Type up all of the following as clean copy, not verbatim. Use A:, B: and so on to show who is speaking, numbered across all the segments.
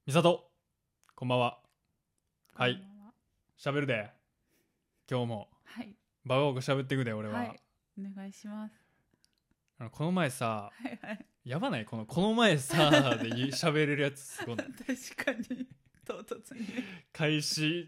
A: みさと、こんばんは。はい
B: こんばんは。
A: 喋るで。今日も
B: はい
A: バカバカ喋っていくで俺は、
B: はい、お願いします。
A: この前さ、
B: はいはい。
A: やばない？この前さで喋れるやつすごい。
B: 確かに唐突に
A: 開始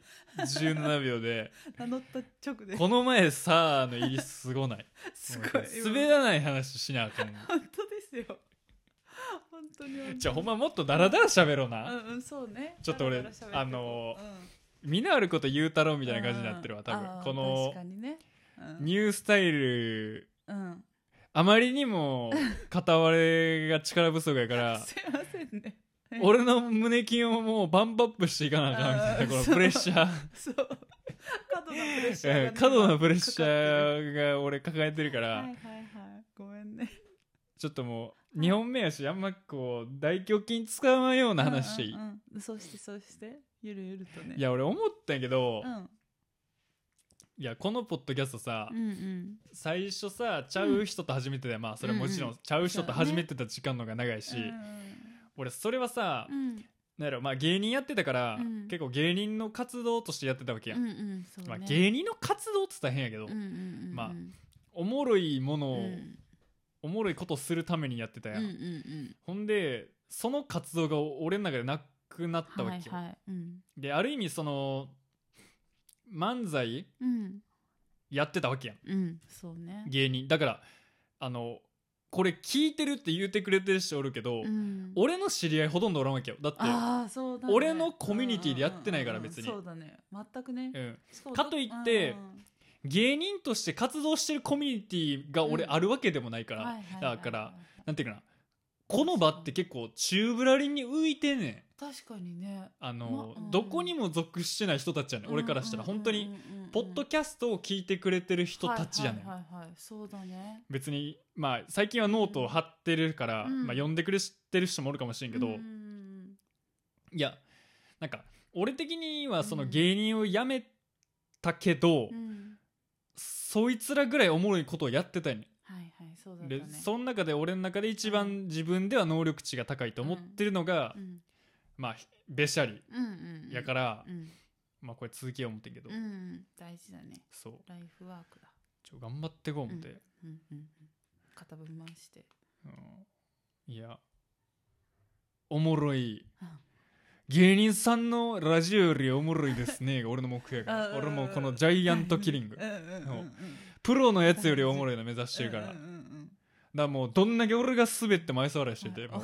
A: 17秒で
B: 名乗った直で
A: この前さの入りすごない？
B: すごい
A: 滑らない話しなあかん。
B: 本当ですよ。本当に
A: じゃあほんまもっとダラダラ喋ろうな。
B: そうね。
A: ちょっと俺
B: だらだら喋ってこう
A: みなあること言うたろうみたいな感じになってるわ多分。この
B: 確かにね。
A: ニュースタイル
B: うん
A: あまりにも片割れが力不足やから
B: すいませんね。
A: 俺の胸筋をもうバンプアップしていかなあかんみたいなこのプレッシャー
B: そう過度なプレッシャーがね
A: 過度なプレッシャ
B: かかってる
A: ーが俺抱えてるから、
B: はいはいはい、ごめんね。
A: ちょっともう2本目やしあんまこう大胸筋使わないような話していい？
B: そうしてゆるゆるとね。
A: いや俺思ったんやけど、
B: うん
A: いやこのポッドキャストさ、
B: うん
A: 最初さちゃう人と始めてたよ、まあそれはもちろんちゃう人と始めてた時間の方が長いし、俺それはさ、なんやろ、まあ芸人やってたから、結構芸人の活動としてやってたわけやん、
B: そうね、
A: まあ、芸人の活動って言ったら変やけど、まあおもろいものを、おもろいことをするためにやってたやん、ほんでその活動が俺の中でなくなったわけよ、である意味その漫才やってたわけやん、
B: そうね、
A: 芸人だからこれ聞いてるって言うてくれてる人おるけど、俺の知り合いほとんどおらんわけよ。だって
B: そうだね、
A: 俺のコミュニティでやってないから別に、
B: そうだね、全くね、
A: かといって芸人として活動してるコミュニティが俺あるわけでもないから、だからなんていうかな、この場って結構宙ぶらりんに浮いてんねん。
B: 確かにね、
A: どこにも属してない人たちやねん、俺からしたら本当にポッドキャストを聞いてくれてる人たちやねん。
B: そうだね。
A: 別にまあ最近はノートを貼ってるから、まあ、読んでくれてる人もおるかもしれんけど、いやなんか俺的にはその芸人を辞めたけど、そいつらぐらいおもろいことをやってたよね。
B: そうだったね。
A: でその中で俺の中で一番自分では能力値が高いと思ってるのが、まあべしゃりやから、まあこれ続きを思ってんけど、
B: 大事だね。
A: そう
B: ライフワークだ。
A: 頑張ってこう思って、
B: 肩ぶん回して、
A: いやおもろい、芸人さんのラジオよりおもろいですねが俺の目標やから俺もこのジャイアントキリングプロのやつよりおもろいの目指してるから、だからもうどんだけ俺が滑って前座りしてて、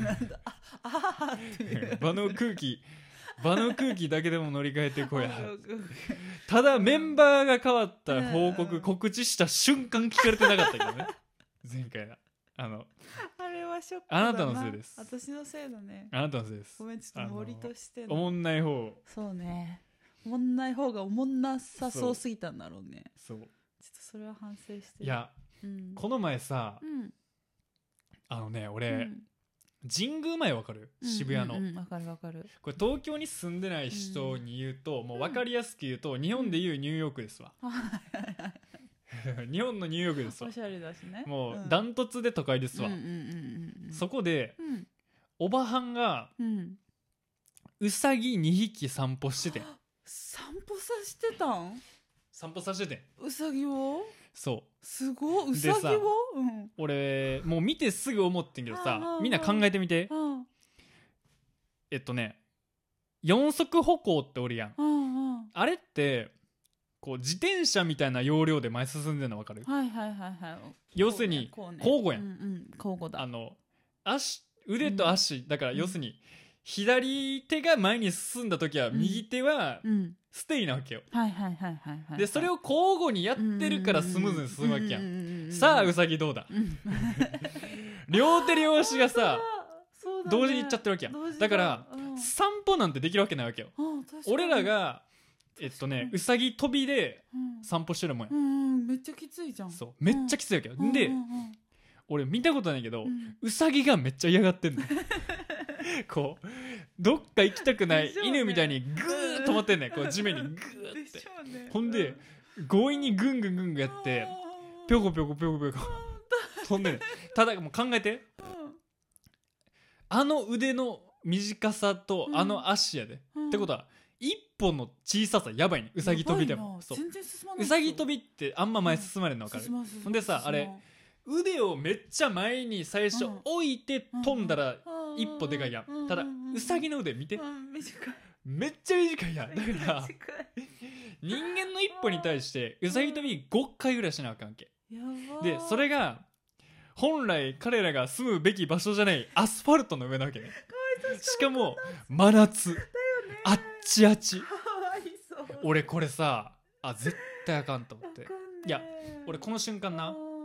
A: 場の空気だけでも乗り換えてこうやただメンバーが変わった報告、告知した瞬間聞かれてなかったけどね前回は
B: あれはショックだな。
A: あなたのせいです。
B: 私のせいだね。
A: あなたのせいです。
B: ごめん、ちょっと森として
A: おもんない方。
B: そうね、おもんない方がおもんなさそうすぎたんだろうね。
A: そう、
B: ちょっとそれは反省してる。
A: いや、この前さ、俺、神宮前わかる？渋谷の。
B: わかるわかる。
A: これ東京に住んでない人に言うと、もう分かりやすく言うと、日本でいうニューヨークですわ。日本のニューヨークですわ。
B: おしゃれだしね。
A: もうダントツで都会ですわ。そこで、おばはんがうさぎ2匹散歩しててん。
B: 散歩させてたん？
A: 散歩させててん。
B: うさぎを？
A: そう
B: すごい。うさぎを？
A: 俺もう見てすぐ思ってんけどさ、みんな考えてみて。四足歩行っておるやん。あれってこう自転車みたいな要領で前進んでるの分かる？要するに交互やん。
B: 交互だ。
A: 腕と足だから、要するに左手が前に進んだ時は右手はステイなわけよ。でそれを交互にやってるからスムーズに進むわけやん。さあうさぎどうだ？両手両足がさ同時にいっちゃってるわけやん。だから散歩なんてできるわけないわけよ。俺らがうさぎ跳びで散歩してるもんや。
B: めっちゃきついじゃん。
A: そうめっちゃきついわけよ。で俺見たことないけど、うさぎがめっちゃ嫌がってんのこうどっか行きたくない犬みたいにグーッ止まってんねん、こう地面にグーって、ほんで強引にグングングングンやってぴょこぴょこぴょこぴょこ飛んでんねん。ただもう考えて、あの腕の短さとあの足やで、ってことは一本の小ささやばいね。うさぎ跳びでも。そう、
B: 全然進まないう
A: さぎ跳びってあんま前進まれるの分かる、ほんでさ、あれ腕をめっちゃ前に最初置いて飛んだら一歩でかいやん。ただうさぎの腕見て、めっちゃ短いやん。だから人間の一歩に対してうさぎ跳び5回ぐらいしなあかんわけで、それが本来彼らが住むべき場所じゃないアスファルトの上なわけね。しかも真夏、あっちあち。俺これさ、絶対あかんと思って。いや俺この瞬間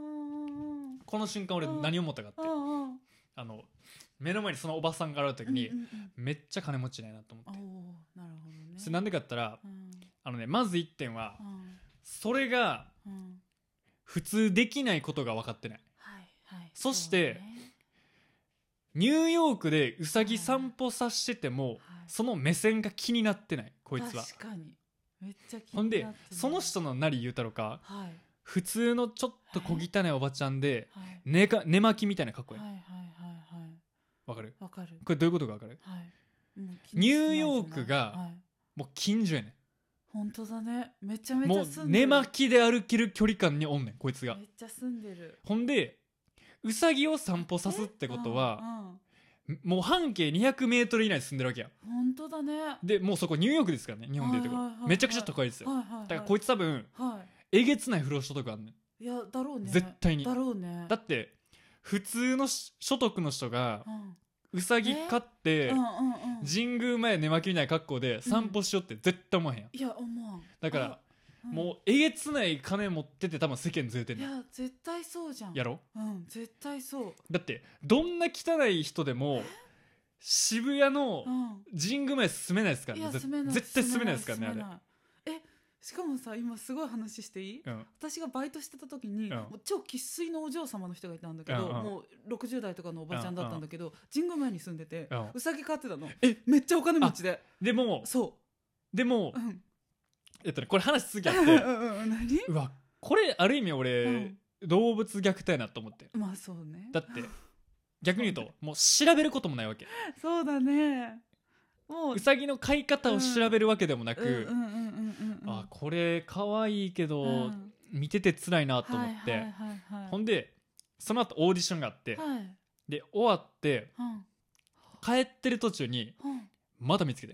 A: 俺何を思ったかって、目の前にそのおばさんがある時に、めっちゃ金持ちないなと思って。
B: なるほどね。
A: それなんでかって言ったら、まず1点は、それが普通できないことが分かってない。そしてニューヨークでウサギ散歩させてても、その目線が気になってない、こいつは。
B: 確かにめっちゃ気になってない。
A: ほんでその人のなり言うたろか、普通のちょっと小汚いおばちゃんで、寝巻きみたいな格好や。わかる？これどういうことかわかる？ニューヨークがもう近所やねん。
B: 本当だね、めちゃめちゃ住んでる。
A: もう寝巻きで歩ける距離感におんねんこいつが。
B: めっちゃ住んでる。
A: ほんでウサギを散歩さすってことは、もう半径200メートル以内に住んでるわけや。
B: 本当だね。
A: でもうそこニューヨークですからね、日本でいうところ。めちゃくちゃ都会ですよ。だからこいつ多分えげつない不労所得あんねん。
B: いやだろうね、
A: 絶対に。
B: だろうね。
A: だって普通の所得の人がウサギ飼って神宮前寝巻きみたいな格好で散歩しようって絶対思わへんやん。
B: いや思わん。
A: だからもうえげつない金持ってて多分世間ずれてんねん。
B: いや絶対そうじゃん。
A: やろ？
B: 絶対そう。
A: だってどんな汚い人でも渋谷の神宮前住めないですからね。絶対住めないですからね、あれ。
B: しかもさ、今すごい話していい？私がバイトしてた時に、もう超生粋のお嬢様の人がいたんだけど、もう60代とかのおばちゃんだったんだけど、神宮前に住んでてうさぎ飼ってたの。めっちゃお金持ちで。
A: でもこれ話続きあってうわこれある意味俺動物虐待なと思って。
B: まあそうね。
A: だって逆に言うともう調べることもないわけ。
B: そうだね。
A: うさぎの飼い方を調べるわけでもなく、これ可愛いけど見てて辛いなと思って、ほんでその後オーディションがあって、で終わって帰ってる途中にまた見つけて、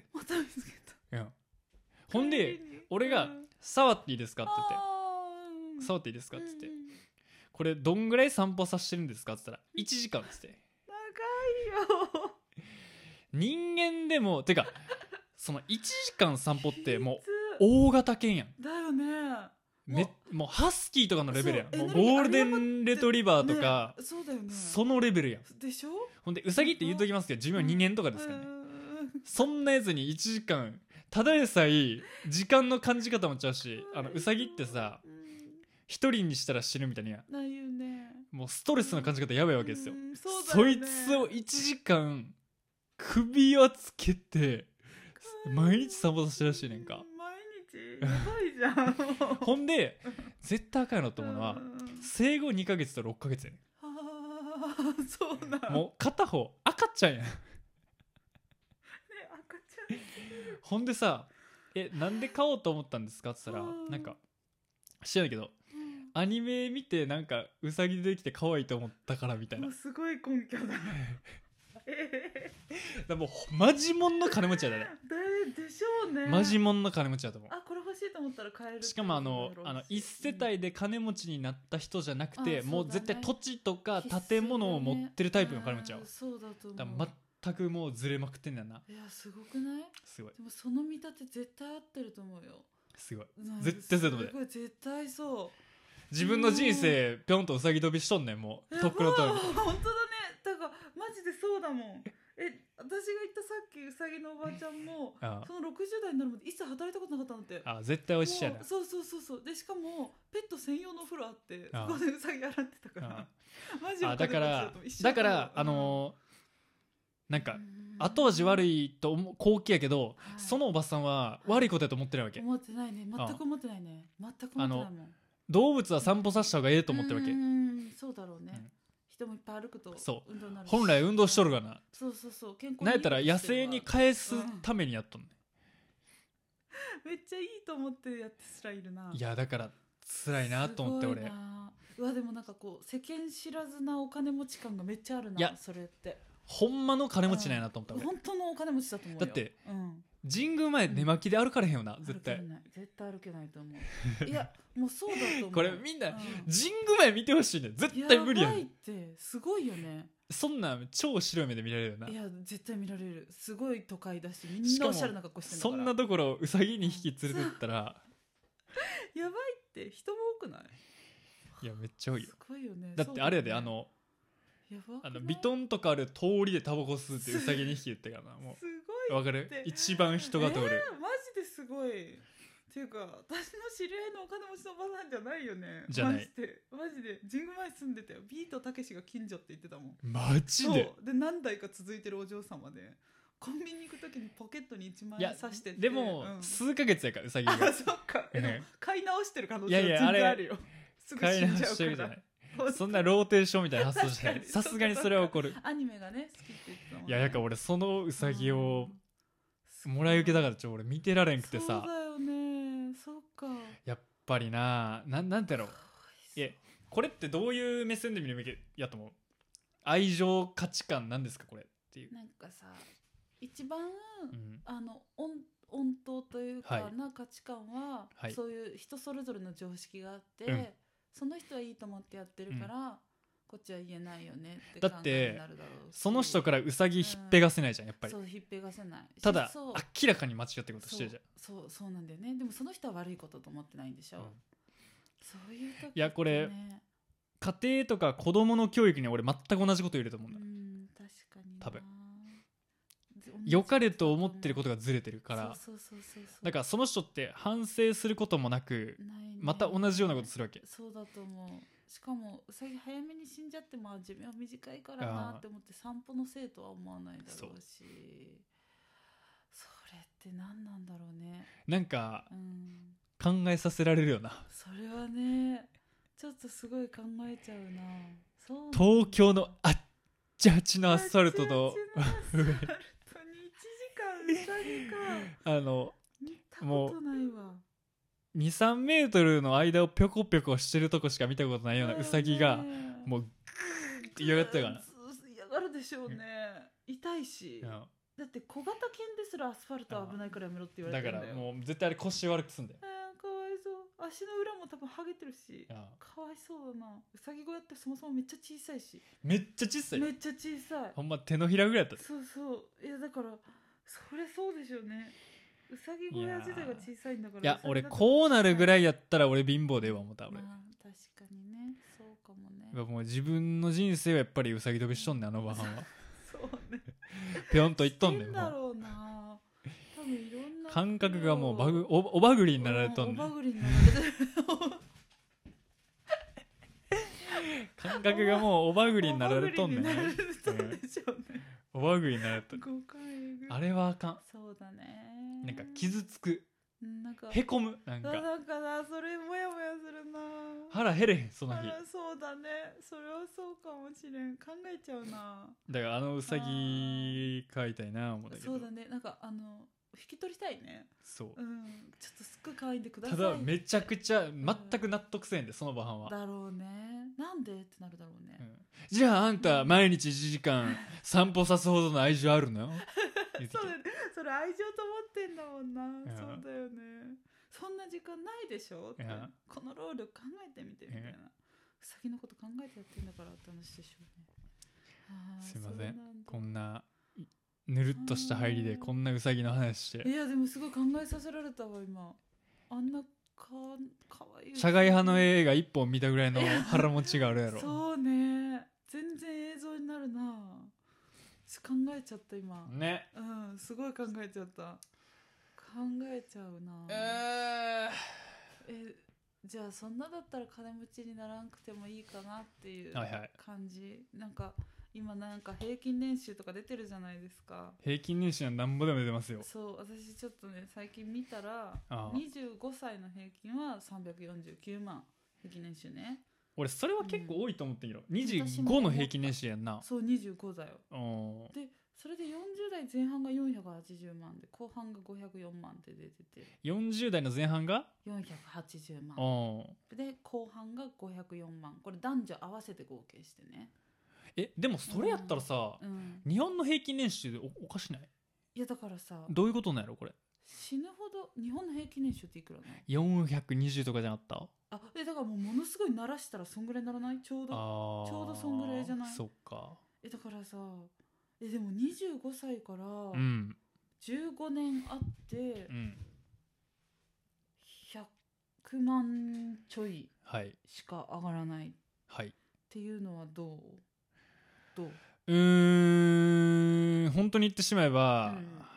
A: ほんで俺が触っていいですかって言って、触っていいですかって言って、これどんぐらい散歩させてるんですかって言ったら1時間って言って。
B: 長いよ。
A: 人間でもてかその1時間散歩ってもう大型犬やん。
B: だよね。
A: もうハスキーとかのレベルやん。もうゴールデンレトリバーとか、
B: そうだよね、
A: そのレベルやん。
B: でしょ。
A: ほんでウサギって言うときますけど寿命2年とかですからね。そんなやつに1時間ただでさえ時間の感じ方もちゃうし、ウサギってさ一人にしたら死ぬみたいな、
B: ないよね。
A: もうストレスの感じ方やばいわけですよ。
B: そうだよね。
A: そいつを1時間首輪つけて毎日散歩させてるらしいねんか。
B: 毎日やばいじゃん。
A: ほんで絶対赤いのと思うのは生後2ヶ月と6ヶ月やねん。
B: そうなの。
A: もう片方赤ちゃんやん。
B: ね、赤ちゃん。
A: ほんでさ、なんで買おうと思ったんですかって言ったら、なんか知らないけど、アニメ見てなんかウサギでできて可愛いと思ったからみたいな。
B: もうすごい根拠だね。
A: だもうマジモンの金持ちやだね。
B: でしょうね。
A: マジモンの金持ちやと思う。
B: これ欲しいと思ったら買える。
A: しかも一世帯で金持ちになった人じゃなくて、もう絶対土地とか建物を持ってるタイプの金持ちやわ。
B: そうだと思う。
A: だから全くもうずれまくってんだよな。
B: いやすごくない？
A: すごい。
B: でもその見立て絶対合ってると思うよ。
A: すごい。絶対そうだと思う。
B: 絶対そう。
A: 自分の人生ぴょんとうさぎ跳びしとんねん、もうとっくのとおり。
B: 本当だね。だからマジでそうだもん。私が言ったさっきうさぎのおばあちゃんもその60代になるまで一切働いたことなかったんだって。
A: 絶対おいしいやな。
B: そうでしかもペット専用のお風呂あってそこでうさぎ洗ってたからマジ
A: だからなんか後味悪いと好奇やけど、そのおばさんは悪いことやと思ってないわけ。
B: 思ってないね。全く思ってないね。全く思ってないもん。
A: 動物は散歩させた方がええと思ってるわけ。
B: そうだろうね。 人もいっぱい歩くと運動になるし、
A: 本来運動しとるがな。
B: そうそうそう、健康に
A: なんやったら野生に返すためにやっとんね、
B: めっちゃいいと思ってやってすらいるな。
A: いやだから辛いなと思って。俺
B: うわでもなんかこう世間知らずなお金持ち感がめっちゃあるな。いやそれって
A: ほんまの金持ちなんやなと思った、俺
B: 本当のお金持ちだと思うよ。
A: だって、神宮前寝巻きで歩かれへんよな、絶対
B: 絶対歩けないと思う。いやもうそうだと思う。
A: これみんな、神宮前見てほしいね。絶対無理やん。
B: やばいってすごいよね。
A: そんな超白い目で見られるよな。
B: いや絶対見られる。すごい都会だし、みんなおしゃれな格好してるんだから。
A: そんなところうさぎに引き連れてったら
B: やばいって。人も多くない？
A: いやめっちゃ多いよ。
B: すごいよね。
A: だってあれやで、ビトンとかある通りでタバコ吸うってうさぎ2匹言ってからな。もう
B: すごい
A: わかる？一番人が通る、
B: マジですごい。っていうか私の知り合いのお金持ちのおばさんじゃないよね。
A: じゃない。
B: マジで神宮前住んでたよ。ビートたけしが近所って言ってたもん。
A: マジで？
B: で何代か続いてるお嬢様で、コンビニ行くときにポケットに1万円刺してて。
A: でも、数ヶ月やからうさぎが。
B: あ、そっか。買い直してる可能性は全然あるよ。すぐ死んじゃうから。
A: そんなローテーションみたいな発想じゃない。さすがにそれは起こる。
B: アニメがね好きって言ってたもんね。
A: いやだから俺そのうさぎをもらい受けだから俺見てられんくてさ。
B: そうだよね。そっか。
A: やっぱりなんてやろう。これってどういう目線で見るべきやと思う？愛情価値観なんですかこれっていう。
B: なんかさ、一番、温当というかな価値観は、そういう人それぞれの常識があって、その人はいいと思ってやってるから、こっちは言えないよねって考えになるだろうし。その人から
A: うさぎひっぺがせないじゃんやっぱり。
B: そうひっぺがせない。
A: ただ明らかに間違ってることしてるじゃん。
B: そうなんだよね。でもその人は悪いことと思ってないんでしょ。そういう時ってね。
A: いやこれ家庭とか子供の教育に俺全く同じこと言えると思うんだ。
B: 確かに
A: 多分良かれと思ってることがずれてるから。だからその人って反省することもなくまた同じようなことするわけ。
B: そうだと思う。しかもうさぎ早めに死んじゃっても寿命短いからなって思って散歩のせいとは思わないだろうし、それって何なんだろうね。
A: なんか、考えさせられるよな。
B: それはねちょっとすごい考えちゃうな。そう
A: 東京のあっちあっちのアスファルトの
B: 1時間うさぎか見たことないわ。2、
A: 3メートルの間をぴょこぴょこしてるとこしか見たことないようなウサギがもうグーって嫌がったから。
B: 嫌がるでしょうね。痛いし。だって小型犬ですらアスファルト危ないからやめろって言われてるんだよ。
A: だからもう絶対あれ腰悪くすんだよ。
B: かわいそう。足の裏も多分剥げてるし、かわいそうだな。うさぎ小屋ってそもそもめっちゃ小さいし。
A: めっちゃ小さい。
B: めっちゃ小さい。
A: ほんま手のひらぐらいだった。
B: そういやだからそれそうでしょうね。うさぎ小屋自体が小さいんだから。
A: いや俺こうなるぐらいやったら俺貧乏では思った俺。
B: 確かにね。そうかもね。
A: もう自分の人生はやっぱりうさぎ飛びしとんねあの晩は。
B: そうね。
A: ぴょんといっとんねん。
B: だろうな。多分いろんな
A: 感覚がもうおばぐりになられとんねん。
B: おばぐりになられてる。
A: 感覚がもうおばぐりになられとんねん。おばぐりになられとん。あれはあかん。
B: そうだね。
A: なんか傷つく。
B: なんか
A: へこむ。なんか
B: なそれもやもやするな。
A: 腹減れへんその日。
B: そうだね。それはそうかもしれん。考えちゃうな。
A: だからうさぎ飼いたいな思ったけど。
B: そうだね。なんか引き取りたいね。そう。ちょっとすっごい可愛いんでください。
A: ただめちゃくちゃ全く納得せんでその晩は。
B: だろうね。なんでってなるだろうね。
A: じゃああんた毎日1時間散歩さすほどの愛情あるの？
B: そうだね。それ愛情と思ってんだもんな。そうだよね。そんな時間ないでしょって。この労力考えてみてみたいな。うさぎのこと考えてやってんだからって話でしょうね。
A: すいません。こんなぬるっとした入りでこんなうさぎの話して。
B: いやでもすごい考えさせられたわ今。あんなかわいい。
A: 社外派の映画一本見たぐらいの腹持ちがあるやろ。
B: そうね。全然映像になるな。考えちゃった今
A: ね。
B: すごい考えちゃった。考えちゃうな。じゃあそんなだったら金持ちにならんくてもいいかなっていう感じ。なんか今なんか平均年収とか出てるじゃないですか。
A: 平均年収はなんぼでも出てますよ。
B: そう私ちょっとね最近見たら25歳の平均は349万平均年収ね。
A: 俺それは結構多いと思ってんけど、25の平均年収やんな。
B: そう25だよ。でそれで40代前半が480万で後半が504万って出てて、
A: 40代の前半が
B: 480万で後半が504万。これ男女合わせて合計してね。
A: でもそれやったらさ、日本の平均年収で おかしない？
B: いやだからさ、
A: どういうことなんやろこれ。
B: 死ぬほど日本の平均年収っていくらな
A: の？420とかじゃなかった？
B: だからものすごい鳴らしたらそんぐらいならない？ちょうどそんぐらいじゃない？
A: そっか。
B: だからさ、でも25歳から15年あって、100万ちょいしか上がらないっていうのはどう？
A: 本当に言ってしまえば、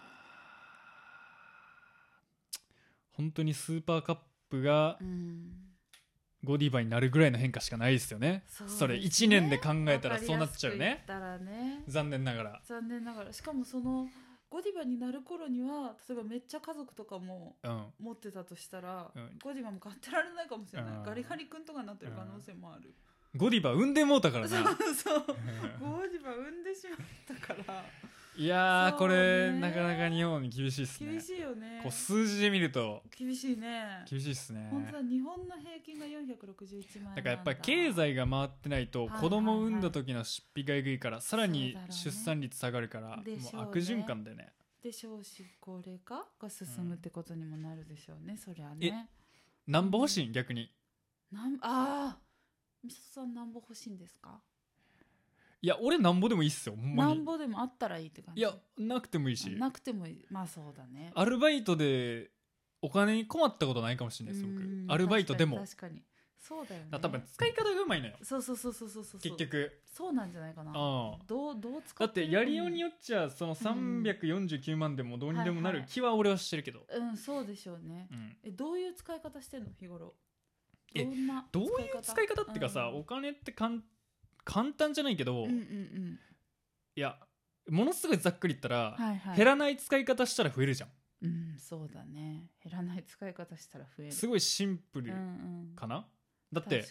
A: 本当にスーパーカップがゴディバになるぐらいの変化しかないですよね。それ1年で考えたらそうなっちゃうね。残念ながら。
B: しかもそのゴディバになる頃には例えばめっちゃ家族とかも持ってたとしたら、ゴディバも買ってられないかもしれない。ガリガリ君とかになってる可能性もある。
A: ゴディバ産んでもうたからな。
B: そうゴディバ産んでしまったから。
A: いやーこれなかなか日本に厳しいっすね。
B: 厳しいよね。
A: こう数字で見ると
B: 厳しいね。
A: 厳しいっすね。
B: 本当だ、日本の平均が461万円。
A: だからやっぱり経済が回ってないと子供を産んだ時の出費がえぐいから、さらに出産率下がるから、もう悪循環でね。
B: で少子高齢化が進むってことにもなるでしょうね。そりゃね。
A: なんぼ欲しいん逆に。
B: みさとさんなんぼ欲しいんですか？
A: いや俺なんぼでもいいっすよ。ほんまに
B: なんぼでもあったらいいって感じ。
A: いやなくてもいいし。
B: なくてもいい。まあそうだね。
A: アルバイトでお金に困ったことないかもしれないです僕。アルバイトでも
B: 確かにそうだよね。
A: 多分使い方がうまいのよ。
B: そう
A: 結局
B: そうなんじゃないかな。どう使
A: だってやりようによっちゃその349万でもどうにでもなる気は俺はしてるけど。
B: そうでしょうね。どういう使い方してんの日頃？
A: どういう使い方っていうかさ、お金って簡単じゃないけど、いやものすごいざっくり言ったら、減らない使い方したら増えるじゃん。
B: そうだね。減らない使い方したら増える。
A: すごいシンプルかな。だって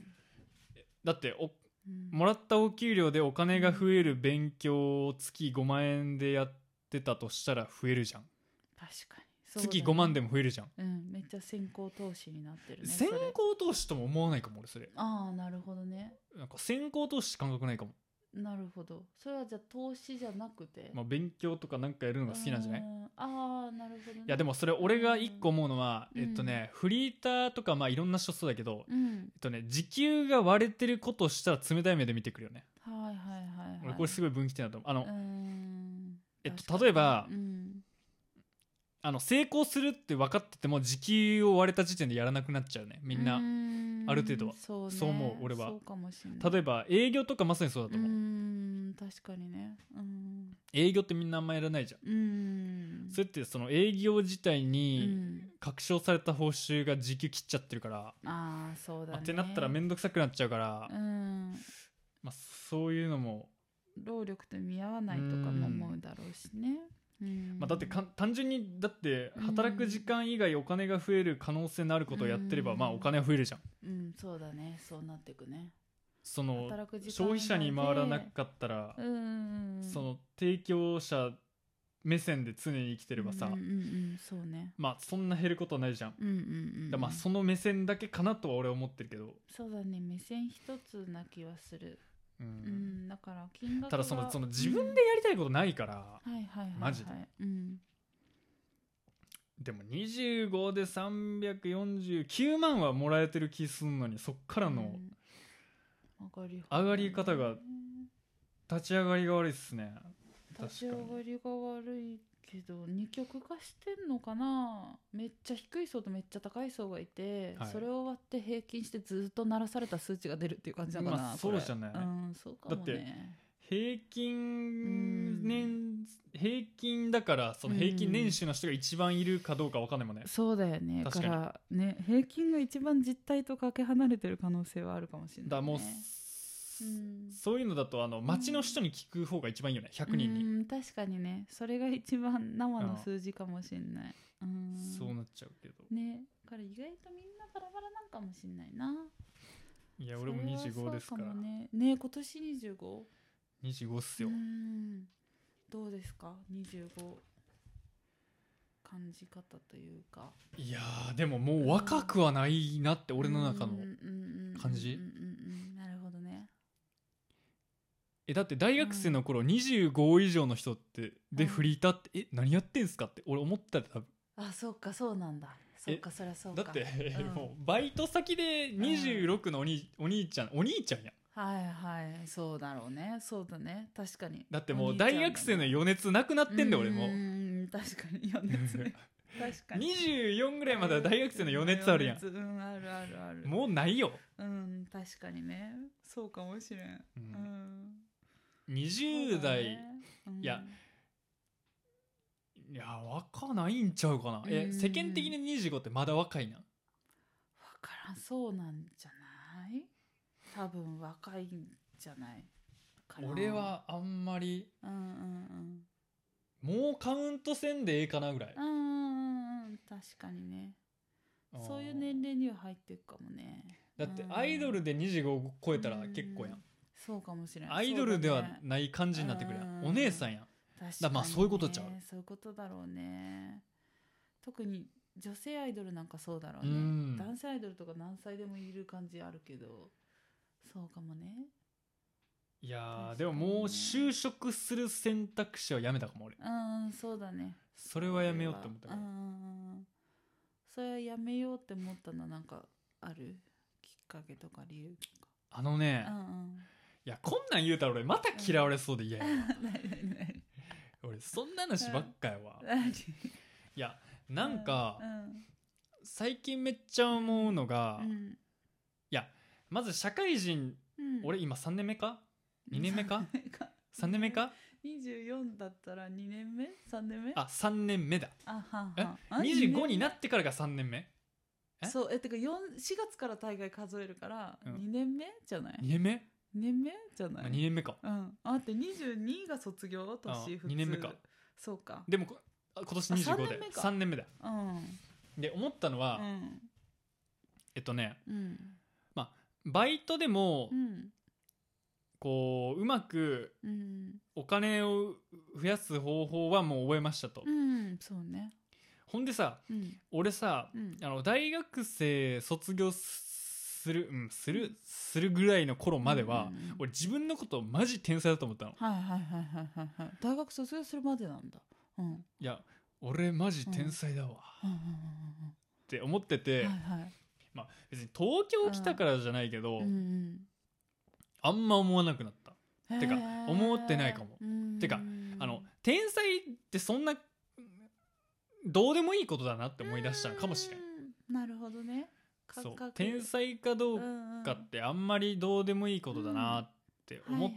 A: もらったお給料でお金が増える勉強を月5万円でやってたとしたら増えるじゃん。
B: 確かに
A: 月5万でも増えるじゃん。
B: めっちゃ先行投資になってるね。
A: 先行投資とも思わないかも俺それ。
B: なるほどね。
A: なんか先行投資感覚ないかも。
B: なるほど。それはじゃあ投資じゃなくて、
A: 勉強とかなんかやるのが好きなんじゃない？
B: なるほどね。
A: いやでもそれ俺が一個思うのは、フリーターとかいろんな人そうだけど、時給が割れてることをしたら冷たい目で見てくるよね。俺これすごい分岐点だと思う。例えば、成功するって分かってても時給を割れた時点でやらなくなっちゃうねみんな。ある程度はそう思う俺は。例えば営業とかまさにそうだと思う。
B: 確かにね。
A: 営業ってみんなあんまやらないじゃん。それってその営業自体に確証された報酬が時給切っちゃってるから、
B: そうだね。
A: ってなったら面倒くさくなっちゃうから、そういうのも
B: 労力と見合わないとかも思うだろうしね。
A: だって単純にだって働く時間以外お金が増える可能性のあることをやってればお金は増えるじゃん。
B: そうだね。そうなっていくね。
A: その消費者に回らなかったら、その提供者目線で常に生きてればさ、
B: そうね。
A: そんな減ることはないじゃん。その目線だけかなとは俺は思ってるけど。
B: そうだね。目線一つな気はする。だから金額が
A: ただその自分でやりたいことないから、マジで。でも25で349万はもらえてる気すんのに、そっからの上がり方が立ち上がりが悪いっすね。
B: 立ち上がりが悪いけど二極化してんのかな。めっちゃ低い層とめっちゃ高い層がいて、それを割って平均してずっと鳴らされた数値が出るっていう感じなのかな。
A: そうじゃない。
B: そうかもね。だって
A: 平均だからその平均年収の人が一番いるかどうか分かんないもんね。
B: そうだよね。だからね、平均が一番実態とかけ離れてる可能性はあるかもしれないね。
A: だもうそういうのだと街の人に聞く方が一番いいよね。100人に。
B: 確かにね。それが一番生の数字かもしれない。
A: そうなっちゃうけど
B: ね。だから意外とみんなバラバラなんかもしれないな。
A: いや俺も25ですから
B: ね今年 25？25
A: っすよ。
B: どうですか25感じ方というか。
A: いやでももう若くはないなって、俺の中の感じ。
B: なるほどね。
A: だって大学生の頃25以上の人ってでフリーターって何やってんすかって俺思ったら多分。
B: あ、そうかそうなんだ。そうかそりゃそうか。
A: だって、もうバイト先で26のお兄ちゃんやん。
B: はいはい、そうだろうね。そうだね、確かに。
A: だってもう大学生の余熱なくなってんだよ俺も。
B: 確かに余熱ね。確かに
A: 24ぐらいまでは大学生の余熱あるやん。
B: あるあるある。
A: もうないよ。
B: 確かにね。そうかもしれん。
A: 20代、いや若ないんちゃうかな。世間的に25ってまだ若いな。
B: 分からん、そうなんじゃない？多分若いんじゃないかな。
A: 俺はあんまり、もうカウントせんでええかなぐらい。
B: 確かにね。そういう年齢には入ってるかもね。
A: だってアイドルで25超えたら結構やん。
B: そうかもしれない。
A: アイドルではない感じになってくるやん。お姉さんやん。
B: 確かにね、
A: まあそういうことちゃう。
B: そういうことだろうね。特に女性アイドルなんかそうだろうね。男性アイドルとか何歳でもいる感じあるけど、そうかもね。
A: いやでももう就職する選択肢はやめたかも俺。
B: そうだね。
A: それはやめようって思ったから。
B: それはやめようって思ったのはなんかあるきっかけとか理由とか。
A: いやこんなん言うたら俺また嫌われそうで嫌やわ。俺そんな話ばっかやわ。いやなんか、最近めっちゃ思うのが、いやまず社会人、俺今3年目か2年目か3年目か。
B: 24だったら2年目3年目。
A: あ、3年目だ。25になってからが3年目。
B: そうてか4月から大概数えるから2年目じゃない？
A: 2 年目
B: 2年目じゃない？
A: 2年目か。
B: あって22が卒業年普通。
A: 2年目か。
B: そうか。
A: でも今年25で3年目だ。で思ったのは、まあバイトでもこううまくお金を増やす方法はもう覚えましたと。
B: そうね。
A: ほんでさ、俺さ、大学生卒業するぐらいの頃までは、俺自分のことをマジ天才だと思ったの。
B: 大学卒業するまでなんだ。
A: いや俺マジ天才だわって思ってて、まあ別に東京来たからじゃないけど、あんま思わなくなった。てか思ってないかも。てか天才ってそんなどうでもいいことだなって思い出したのかもしれん。
B: なるほどね。
A: そう天才かどうかってあんまりどうでもいいことだなって思って、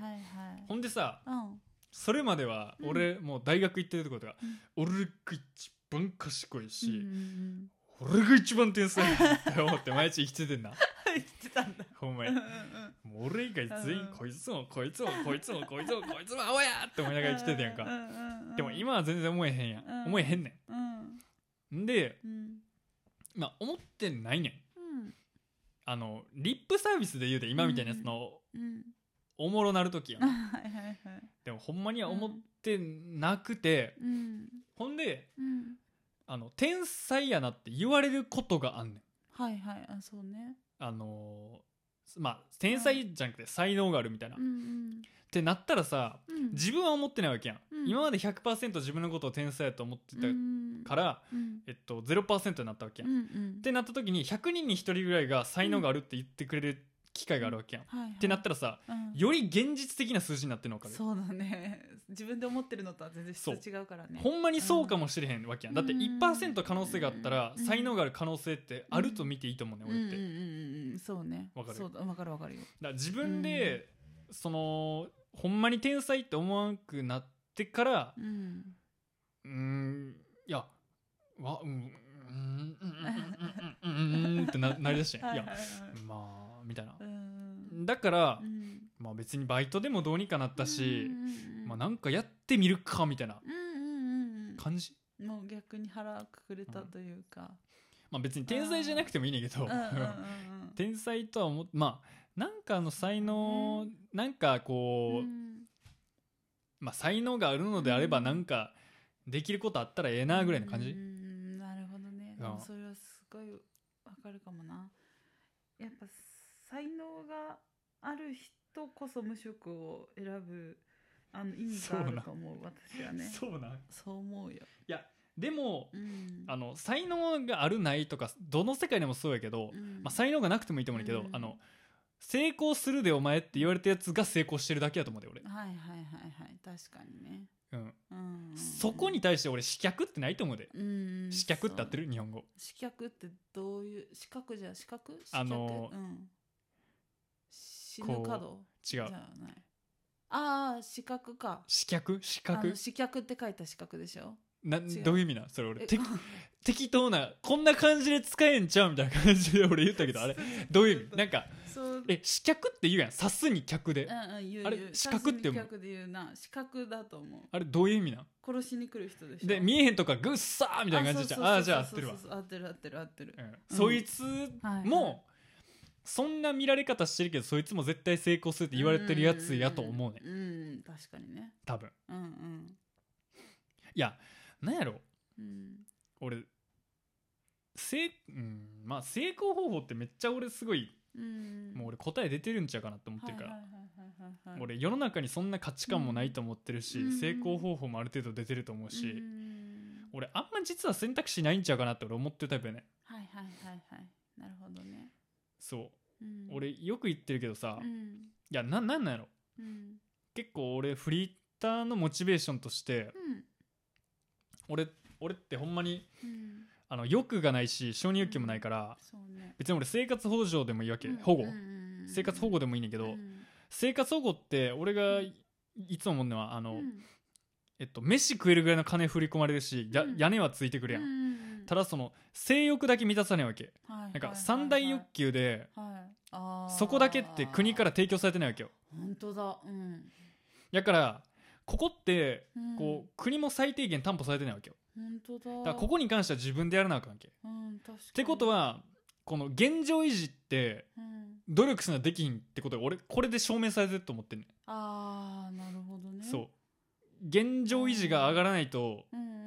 A: ほんでさ、それまでは俺もう大学行ってるってことが、俺が一番賢いし、俺が一番天才って思って毎日生きててんな。
B: 生きてたんだ
A: ほんまに。もう俺以外全員こいつもこいつもこいつもこいつもこいつもアホやって思いながら生きててやんか。でも今は全然思えへんやん。思えへんねん。で、まあ思ってないねん。リップサービスで言うて今みたいなやつのおもろなるときやん。でもほんまには思ってなくて、ほんで天才やなって言われることがあんねん。
B: そうね。
A: まあ天才じゃなくて才能があるみたいな、ってなったらさ、自分は思ってないわけやん。今まで 100% 自分のことを天才やと思ってたから、0% になったわけやん。ってなった時に100人に1人ぐらいが才能があるって言ってくれる機会があるわけやん。ってなったらさ、より現実的な数字になってるのか。
B: そうだね。自分で思ってるのとは全然質違うからね。
A: ほんまにそうかもしれへんわけやん。だって 1% 可能性があったら才能がある可能性ってあると見ていいと思うね、俺って。
B: そうね。わかる。わかるわかるよ。
A: だから自分でほんまに天才って思わなくなってから、いやってなりだしてん。いやまあみたいな。だから、まあ別にバイトでもどうにかなったし、まあなんかやってみるかみたいな感じ。
B: もう逆に腹くくれたというか。
A: まあ別に天才じゃなくてもいいねんけど天才とは思ってまあなんか才能、なんかこう、まあ才能があるのであればなんかできることあったらええなぐらいの感じ。
B: なるほどね。でもそれはすごいわかるかもな。やっぱ才能がある人こそ無職を選ぶ意味があると思う。私はね。そう思うよ。
A: いやでも、才能があるないとかどの世界でもそうやけど、まあ、才能がなくてもいいと思うんだけど、成功するでお前って言われたやつが成功してるだけやと思うで俺。
B: はいはいはいはい確かにね。
A: そこに対して俺視脚ってないと思うで。視脚って合ってる日本語。
B: 視脚ってどういう視覚じゃ視覚死ぬ角
A: 違う。
B: ああ視覚か。
A: 視脚視
B: 脚って書いた視覚でしょ。
A: どういう意味なそれ俺適当なこんな感じで使えんちゃうみたいな感じで俺言ったけどあれどういう意味なんか視脚って言うやん刺すに脚で、あれ視覚って思う。
B: 視で言うな視覚だと思う。
A: あれどういう意味なん
B: 殺しに来る人でしょ。
A: で見えへんとかグッサーみたいな感じじゃん。ああじゃあ合ってるわ。
B: 合ってる、
A: そいつもそんな見られ方してるけどそいつも絶対成功するって言われてるやつやと思うね。
B: 確かにね
A: 多分。いやなんやろ、俺まあ成功方法ってめっちゃ俺すごい、もう俺答え出てるんちゃうかなと思ってるから、俺世の中にそんな価値観もないと思ってるし、成功方法もある程度出てると思うし、俺あんま実は選択肢ないんちゃうかなって俺思ってるタイプやね。
B: なるほどね。
A: そう、俺よく言ってるけどさ、いやなんやろ、結構俺フリーターのモチベーションとして、俺ってほんまに、欲がないし承認欲求もないから、別に俺生活保障でもいいわけ、生活保護でもいいねんけど、生活保護って俺がいつも思うのは飯食えるぐらいの金振り込まれるし、屋根はついてくるやん、ただその性欲だけ満たさないわけ、なんか三大欲求で、そこだけって国から提供されてないわけよ。
B: 本当だ。
A: だからここってこう、国も最低限担保されてないわけよ。
B: 本当だ。
A: だからここに関しては自分でやらなあかんわけ。ってことはこの現状維持って努力しなできひんってことで俺これで証明されてると思ってんねん。
B: なるほどね。
A: そう現状維持が上がらないと、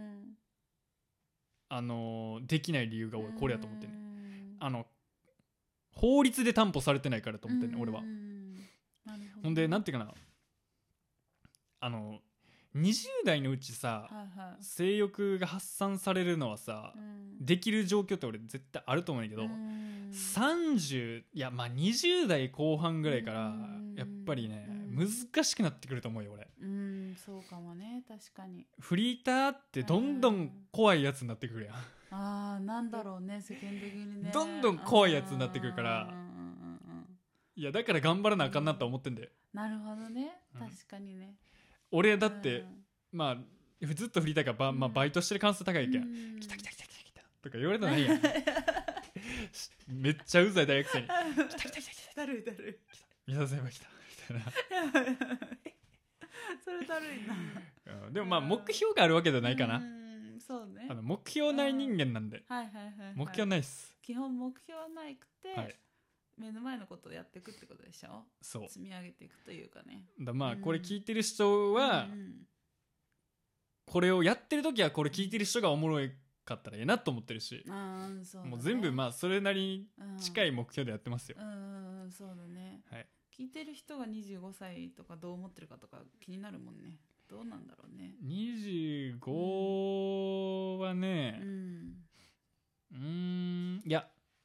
A: できない理由が俺これやと思ってんねん。法律で担保されてないからと思ってんねん俺は。ほんでなんていうかな、20代のうちさ、性欲が発散されるのはさ、できる状況って俺絶対あると思うんだけど、30いやまあ20代後半ぐらいからやっぱりね、難しくなってくると思うよ俺。
B: そうかもね。確かに
A: フリーターってどんどん怖いやつになってくるやん。
B: なんだろうね、世間的にね
A: どんどん怖いやつになってくるから、いやだから頑張らなあかんなと思ってんだよ。
B: なるほどね、確かにね。
A: 俺だって、まあずっとフリーターからバイトしてる関数高いけん、来たとか言われたらないやんめっちゃうざい大学生に来た
B: だるい
A: 三沢先輩来たみたいな
B: それだるいな。
A: でもまあ目標があるわけじゃないかな。
B: そうね、
A: 目標ない人間なんで。目標ないっす。
B: 基本目標ないくて、目の前のことをやっていくってことでしょ。そう積み上げていくというかね。
A: まあこれ聞いてる人は、これをやってる時はこれ聞いてる人がおもろかったらいいなと思ってるし、もう全部まあそれなりに近い目標でやってますよ。
B: そうだね。聞いてる人が25歳とかどう思ってるかとか気になるもんね。どうなんだろうね。
A: 25はね、いや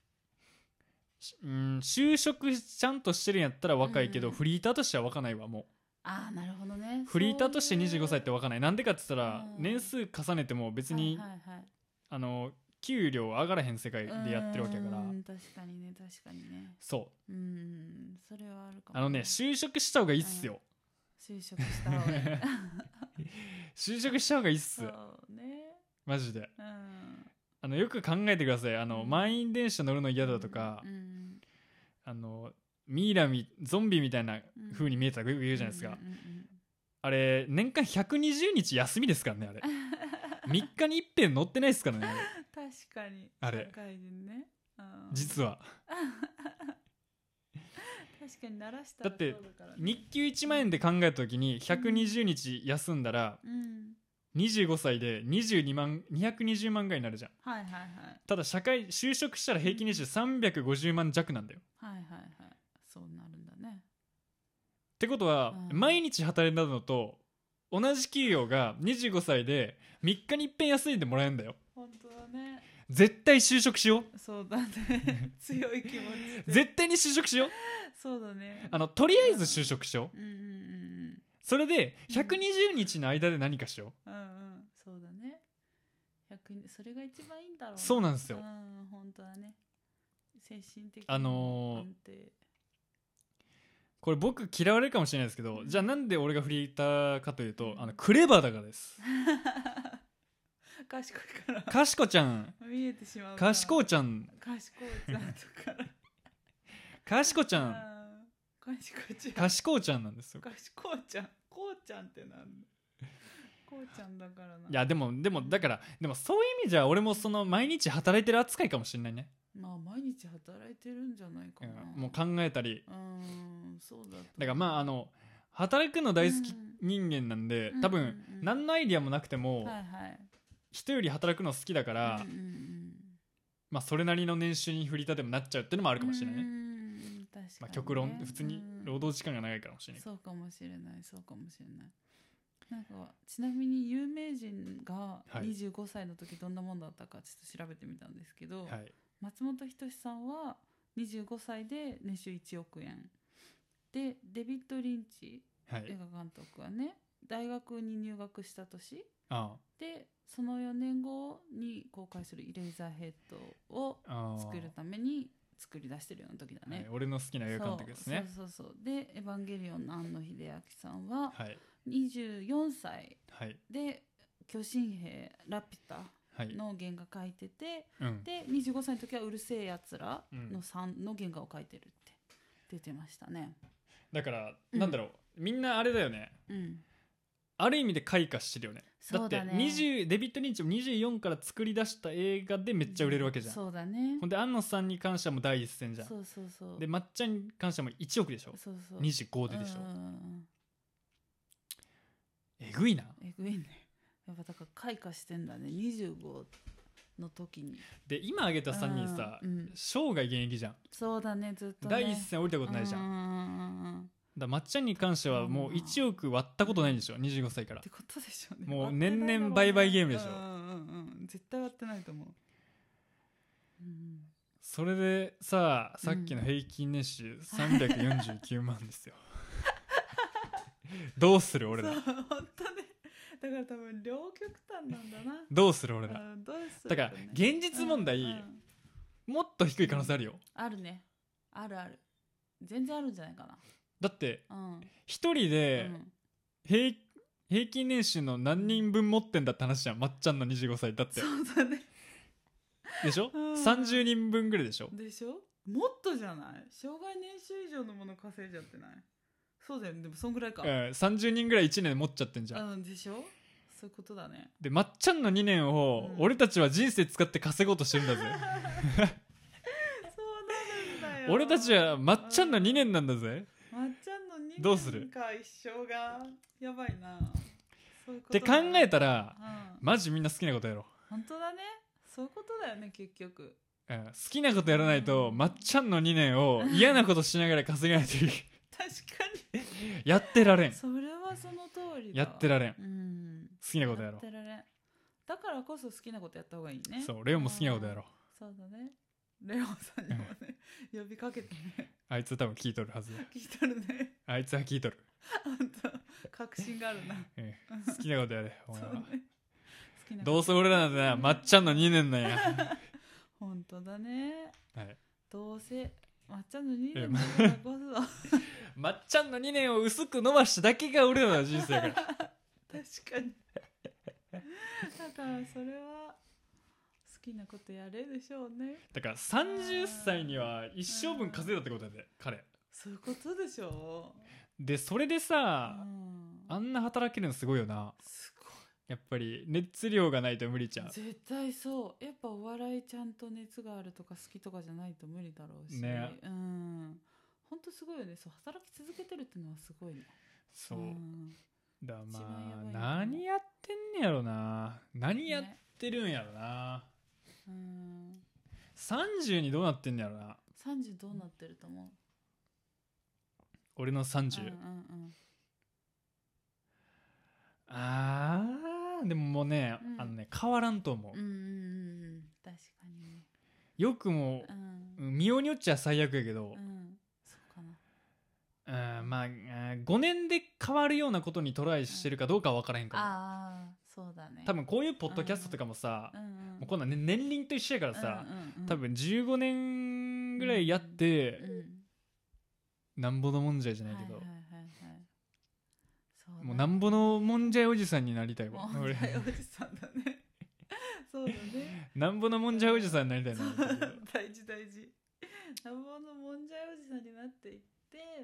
A: 就職ちゃんとしてるんやったら若いけど、フリーターとしては若ないわもう。
B: なるほどね。
A: フリーターとして25歳って若ない。なんでかって言ったら、年数重ねても別に、給料上がらへん世界でやってるわけやから。
B: 確かにね。
A: そう。
B: それはあるかもね。
A: 就職した方がいいっすよ。
B: 就職した方がいい
A: 就職した方がいいっす。
B: そうね、
A: マジで。よく考えてください。満員電車乗るの嫌だとか、ミイラゾンビみたいな風に見えたら言うじゃないですか。あれ年間120日休みですからねあれ 3日に一遍乗ってないですからね
B: 確かに
A: あれ
B: 社会人ね、
A: 実は
B: 確かに鳴らした
A: らそうだから、ね、だって日給1万円で考えた時に120日休んだら、25歳で220万ぐらいになるじゃん。
B: はいはいはい。
A: ただ就職したら平均年収350万弱なんだよ。
B: はいはいはい。そうなるんだね。
A: ってことは、毎日働いたのと同じ給与が25歳で3日に一遍休んでもらえるんだよ。
B: 本当だね。
A: 絶対就職しよう。
B: そうだね。強い気持ち。
A: 絶対に就職しよう。
B: そうだね。
A: とりあえず就職しよう。それで120日の間で何かしよう。
B: そうだね。それが一番いいんだろうな。
A: そうなんですよ。
B: 本当だね。精神的に安定。
A: これ僕嫌われるかもしれないですけど、じゃあなんで俺がフリーターかというと、クレバーだからです。
B: 賢いから。
A: 賢ちゃん。
B: 見えてしまう。
A: 賢ちゃん。
B: 賢ちゃんとから。
A: 賢ちゃん。賢ちゃんなんですよ。
B: 賢ちゃん。こうちゃんってなんだ。こうちゃんだからな。
A: いやでもだからでもそういう意味じゃ俺もその毎日働いてる扱いかもしれないね。
B: まあ毎日働いてるんじゃないかな。
A: もう考えたり。
B: そうだ。
A: だからまあ働くの大好き人間なんで、多分何のアイディアもなくても、人より働くの好きだから、まあそれなりの年収に振り立てもなっちゃうっていうのもあるかもしれないね。まあ極論普通に労働時間が長いかもしれない。
B: そうかもしれないそうかもしれない。なんかちなみに有名人が25歳の時どんなもんだったかちょっと調べてみたんですけど、松本人志さんは25歳で年収1億円で、デビッド・リンチ、映画監督はね大学に入学した年で、その4年後に公開するイレイザーヘッドを作るために作り出してるような時だね。
A: 俺の好きな映画監督ですね。
B: そうでエヴァンゲリオンの庵野秀明さんは24歳で巨神兵ラピュタの原画描いてて、で25歳の時はうるせえやつらの3の原画を描いてるって出てましたね。
A: だからなんだろう、みんなあれだよね、ある意味で開花してるよね。だってデビッド・リンチも24から作り出した映画でめっちゃ売れるわけじゃん。
B: そうだね。
A: ほんで庵野さんに関してはもう第一線じゃん。そうでまっちゃんに関してはもう1億でしょ。25ででしょ。えぐいな。
B: えぐいね。やっぱだから開花してんだね、25の時に。
A: で今挙げた3人さ、生涯現役じゃん。
B: そうだね、ずっとね
A: 第一線降りたことないじゃん。だまっちゃんに関してはもう1億割ったことないんでしょ、25歳から
B: ってことでしょうね。
A: もう年々売買ゲームでしょ。
B: 絶対割ってないと思う。
A: それでさっきの平均年収349万ですよ。どうする俺ら。
B: 本当ね。だから多分両極端なんだな。
A: どうする俺ら。だから現実問題、もっと低い可能性あるよ。
B: あるね。ある全然あるんじゃないかな。
A: だって一人で平均年収の何人分持ってんだって話じゃん、まっちゃんの25歳だって。
B: そうだね。
A: でしょ、30人分ぐらいでしょ。
B: でしょ、もっとじゃない、障害年収以上のもの稼いじゃってない。そうだよね、でもそんぐらいか。
A: 30人ぐらい1年で持っちゃってんじゃん。
B: でしょ、そういうことだね。
A: でまっちゃんの2年を俺たちは人生使って稼ごうとしてるんだぜ。そうな
B: るんだよ。
A: 俺たちはまっちゃんの2年なんだぜ。
B: まっちゃんの2年
A: どうする
B: か、一生がやばいな。そういうこ
A: とって考えたら、マジみんな好きなことやろう。
B: 本当だね、そういうことだよね結局。
A: 好きなことやらないと、まっちゃんの2年を嫌なことしながら稼げないという。
B: 確かに
A: やってられん。
B: それはその通りだ。
A: やってられん、好きなことやろう。
B: やってられん。だからこそ好きなことやった方がいいね。
A: そう、レオも好きなことやろう。
B: そうだね、レオさんにもね呼びかけてね。
A: あいつ多分聞いとるはず。
B: 聞いとるね。
A: あいつは聞いとる。
B: 本当確信があるな。
A: 好きなことやれお前は。
B: ど
A: うせ俺らなんてな、まっちゃんの2年なんや。
B: 本当だね。どうせまっちゃんの2年
A: だからこそまっちゃんの2年を薄く伸ばしただけが俺らの人生やから。確か
B: に。だからそれは好きなことやれでしょうね。
A: だから30歳には一生分稼いだってことだね、彼。
B: そういうことでしょ
A: う。でそれでさ、あんな働けるのすごいよな。
B: すごい。
A: やっぱり熱量がないと無理ちゃう。
B: 絶対そう。やっぱお笑いちゃんと熱があるとか好きとかじゃないと無理だろうし
A: ね。
B: ほんとすごいよね。そう働き続けてるっていうのはすごいね。
A: そう、だまあ何やってんねやろな。何やってるんやろな、ね、30にどうなってんねやろな。
B: 30どうなってると思う？
A: 俺の30、でももうね、変わらんと思う。確かにね。よくも、見ようによっちゃ最悪やけど、そうかな。まあ5年で変わるようなことにトライしてるかどうかは分からへんかも。そうだね。多分こういうポッドキャストとかもさ、もうこんな、ね、年輪と一緒やからさ、多分15年ぐらいやって、なんぼのもんじゃいじゃないけど、もうなんぼのもんじゃいおじさんになりたいわ。
B: もんじゃいおじさんだね。そうだね。
A: なんぼのもんじゃいおじさんになりたいな。
B: 大事大事。なんぼのもんじゃいおじさんになっていって、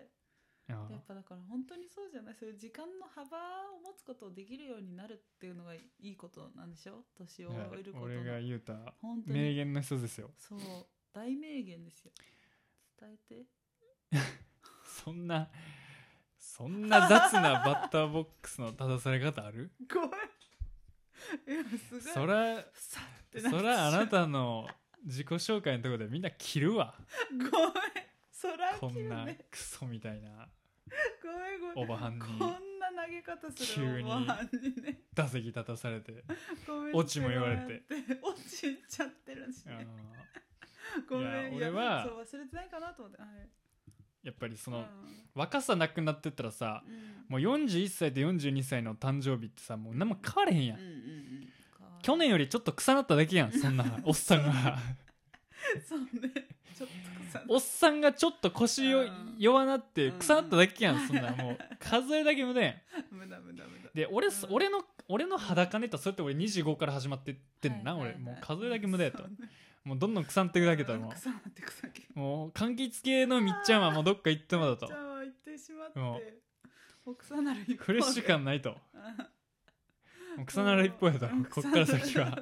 B: やっぱだから本当にそうじゃない。そういう時間の幅を持つことをできるようになるっていうのがいいことなんでしょ。年を終えることの。
A: 俺が言うた名言の一つですよ。
B: そう、大名言ですよ。伝えて。
A: そんな雑なバッターボックスの正され方ある？
B: ごめん。いやすごい。
A: そらあなたの自己紹介のところでみんな切るわ。
B: ごめん。そら
A: こんなクソみたいな。
B: ごめん。
A: おばはんに
B: こんな投げ方するおばはんにね。
A: 打席立たされて、オチも言われて。
B: オチ言っちゃってるしね。ごめん。
A: 俺は
B: そう忘れてないかなと思って。
A: やっぱりその、若さなくなってったらさ、もう41歳と42歳の誕生日ってさ、もう何も変われへんやん。去年よりちょっと腐なっただけやん、そんなおっさんが。
B: そうね。ちょっと
A: おっさんがちょっと腰弱なって腐なっただけやん、そんな。もう数えだけ無駄やん。無駄で俺の裸ネタ、それって俺25から始まってってんな。俺もう数えだけ無駄やと。もうどんどん腐っていくだけと。もう柑橘系のみっちゃんはもうどっか行ってもだと。
B: みっちゃんは行ってしまってもう腐なる一方で
A: フレッシュ感ないと。もう腐なる一方やと。こっから先は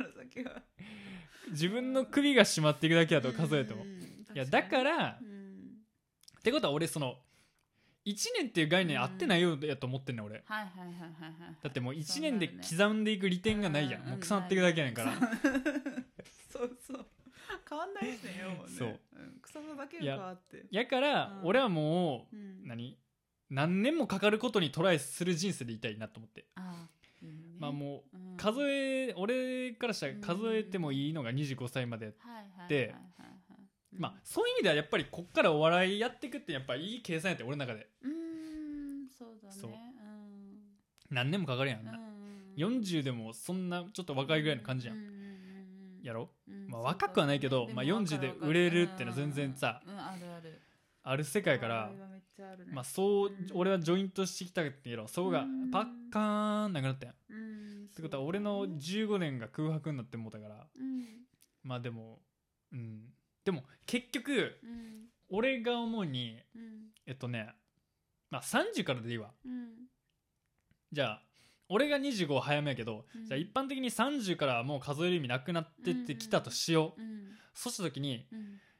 A: 自分の首が締まっていくだけやと数えても。いやだからってことは俺その1年っていう概念合ってないようやと思ってんねん俺。だってもう1年で刻んでいく利点がないやん。もう腐っていくだけやねんから。
B: そう変わんないしねよ、もうね。そう、草のだけが変わって。
A: やから俺はもう何年もかかることにトライする人生でいたいなと思って。まあもう俺からしたら数えてもいいのが25歳までで、まあそういう意味ではやっぱりこっからお笑いやっていくってやっぱいい計算やって俺の中で。
B: そうだね。
A: 何年もかかるやんな。40でもそんなちょっと若いぐらいの感じやん。やろ、まあ若くはないけど、まあ40で売れるってのは全然さ、ある世界から、まあそう俺はジョイントしてきたけど、そこがパッカーンなくなったやん。ってことは俺の15年が空白になってもうたから、まあでもでも結局俺が思うにまあ30からでいいわ。じゃあ俺が25早めやけど、じゃあ一般的に30からもう数える意味なくなってってきたとしよう。そうした時に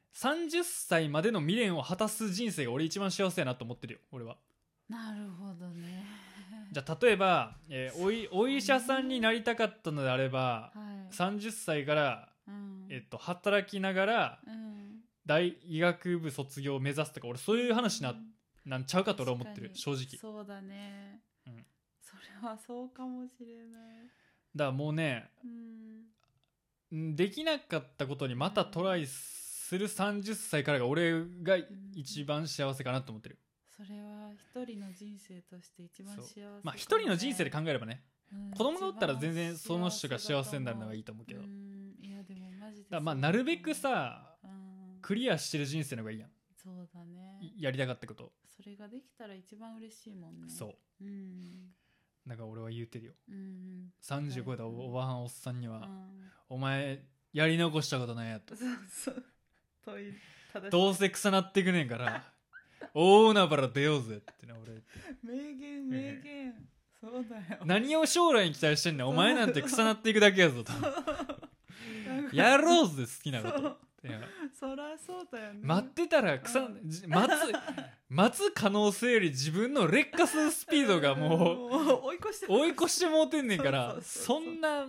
A: 30歳までの未練を果たす人生が俺一番幸せやなと思ってるよ、俺は。
B: なるほどね。
A: じゃあ例えば、お医者さんになりたかったのであれば、30歳から、働きながら、大医学部卒業を目指すとか、俺そういう話なんちゃうかと俺は思ってる、正直。
B: そうだね。それはそうかもしれない。
A: だからもうね、できなかったことにまたトライする30歳からが俺が一番幸せかなと思ってる。
B: それは一人の人生として一番幸せ、ね、
A: まあ一人の人生で考えればね、子供がおったら全然その人が幸せになるのがいいと思うけど、
B: いやでもマジで
A: だまあなるべくさ、クリアしてる人生の方がいいやん。
B: そうだね。
A: やりたかったこと、
B: それができたら一番嬉しいもんね。
A: そう、だから俺は言うてるよ、30超えたおばはんおっさんには、お前やり残したことないやと。そうどうせ腐なってくねんから大海原出ようぜってね、俺
B: 名言そうだよ。
A: 何を将来に期待してんねん、お前なんて腐なっていくだけやぞとやろうぜ好きなこと。いや
B: そりゃそうだよね。
A: 待ってたら待つ可能性より自分の劣化するスピードがもう追い越してもうてんねんから、そんな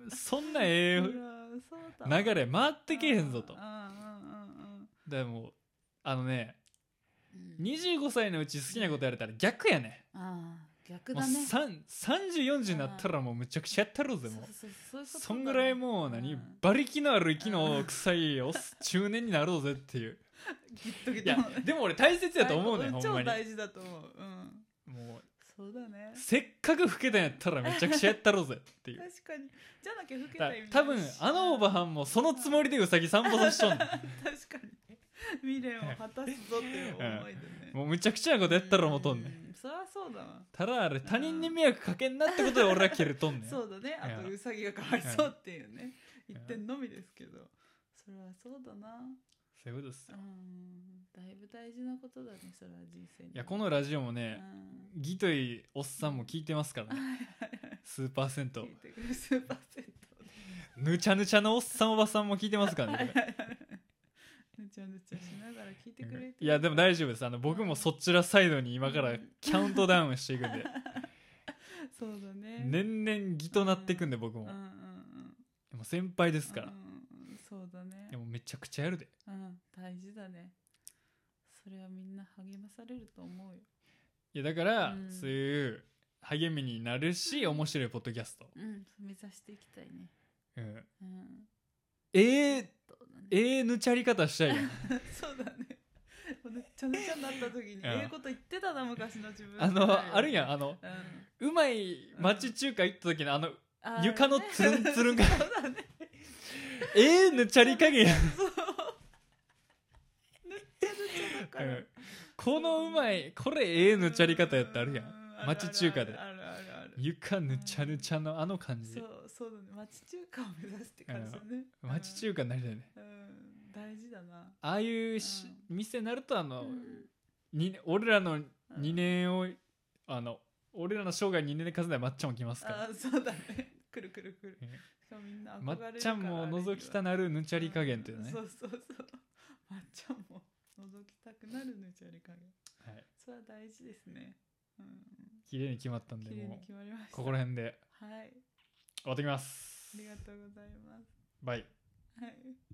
A: 流れ回ってけへんぞと。でも25歳のうち好きなことやれたら逆やね。
B: 逆だね。
A: 3040になったらもうむちゃくちゃやったろうぜ。もうそんぐらいもう馬力のある息の臭い中年になろうぜっていう。いやでも俺大切やと思うねん、ほんまに。
B: 超大事だと思う。
A: もう
B: そうだね。
A: せっかく老けたんやったらめちゃくちゃやったろうぜっていう。
B: 確かに。じゃなきゃ老けた意味ないし。
A: 多分おばはんもそのつもりでうさぎ散歩させとんねん。
B: 確かに。未練を果たすぞっていう思いでね。
A: もうむちゃくちゃなことやったら思とんねん。
B: そりゃそうだわ。
A: ただあれ他人に迷惑かけんなってことで俺は蹴るとんねん。
B: そうだね。あとウサギがかわいそうっていうね、一点のみですけど、それはそうだな。
A: そういうことですよ。
B: だいぶ大事なことだね、それは人生に。
A: いやこのラジオもね、ギトイおっさんも聞いてますからね。スーパー銭湯。
B: スーパー銭
A: 湯。ぬちゃぬちゃのおっさんおばさんも聞いてますからね。
B: ぬちゃぬちゃしながら聞いてくれて。
A: いやでも大丈夫です。僕もそちらサイドに今からキャウントダウンしていくんで。
B: そうだね。
A: 年々ギとなっていくんで僕も。でも先輩ですから。
B: そうだね。
A: でもめちゃくちゃやるで。
B: 大事だね。それはみんな励まされると思うよ。
A: いやだから、そういう励みになるし、面白いポッドキャスト。
B: 目指していきたいね。
A: ぬちゃり方したいやん。
B: そうだね。ぬっちゃぬちゃになった時にこと言ってたな、昔の自分。
A: あるやん、うまい町中華行った時の床のつるんつるんがぬちゃり加減やん。このうまいこれぬちゃり方やってあるやん、町中華で。床ぬちゃぬちゃの感じ。
B: そうだね、町中華を目指すって感じだね。
A: 町中華になりたいね。
B: 大事だな。
A: ああいう店になると俺らの2年を俺らの生涯2年で数えまっちゃんも来ますから。
B: そうだね。くるくるくる。しかもみんな憧れるから。
A: まっちゃんも覗きたなるぬちゃり加減っていうね。
B: そうまっちゃんも覗きたくなるぬちゃり加減。それは大事ですね。
A: 綺麗に決まったんで、
B: もう
A: ここら辺で終わってきます。
B: ありがとうございます。
A: バイ。
B: はい。